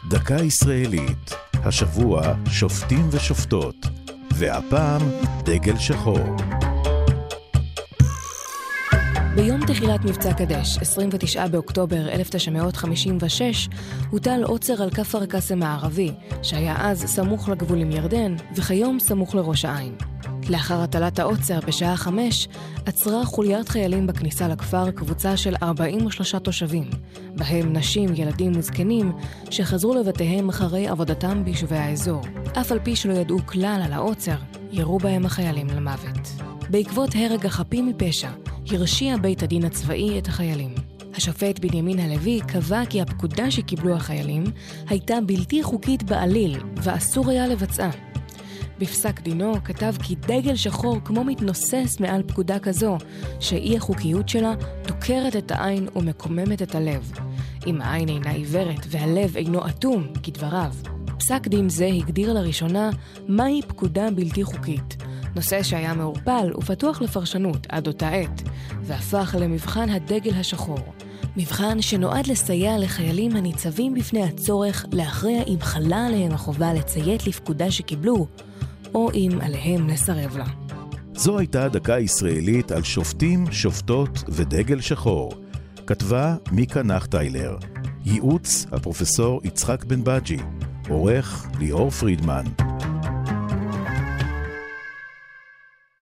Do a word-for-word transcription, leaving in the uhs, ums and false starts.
דקה ישראלית, השבוע שופטים ושופטות, והפעם דגל שחור. ביום תחילת מבצע קדש, עשרים ותשעה באוקטובר אלף תשע מאות חמישים ושש, הוטל עוצר על כפר קאסם הערבי, שהיה אז סמוך לגבול עם ירדן, וכיום סמוך לראש העין. לאחר הטלת העוצר בשעה חמש, עצרה חוליית חיילים בכניסה לכפר קבוצה של ארבעים ושלושה תושבים, בהם נשים, ילדים וזקנים, שחזרו לבתיהם אחרי עבודתם ביישובי האזור. אף על פי שלא ידעו כלל על העוצר, ירו בהם החיילים למוות. בעקבות הרג החפים מפשע, הרשיע בית הדין הצבאי את החיילים. השופט בנימין הלוי קבע כי הפקודה שקיבלו החיילים הייתה בלתי חוקית בעליל ואסור היה לבצעה. בפסק דינו כתב כי דגל שחור כמו מתנוסס מעל פקודה כזו, שאי החוקיות שלה דוקרת את העין ומקוממת את הלב. אם העין אינה עיוורת והלב אינו אטום, כדבריו. פסק דין זה הגדיר לראשונה מהי פקודה בלתי חוקית, נושא שהיה מעורפל ופתוח לפרשנות עד אותה עת, והפך למבחן הדגל השחור. מבחן שנועד לסייע לחיילים הניצבים בפני הצורך להכריע אם חלה עליהם החובה לציית לפקודה שקיבלו, או אם עליהם לסרב לה. זו הייתה דקה ישראלית על שופטים, שופטות ודגל שחור. כתבה מיקה נחטיילר. ייעוץ הפרופסור יצחק בן בג'י. עורך ליאור פרידמן.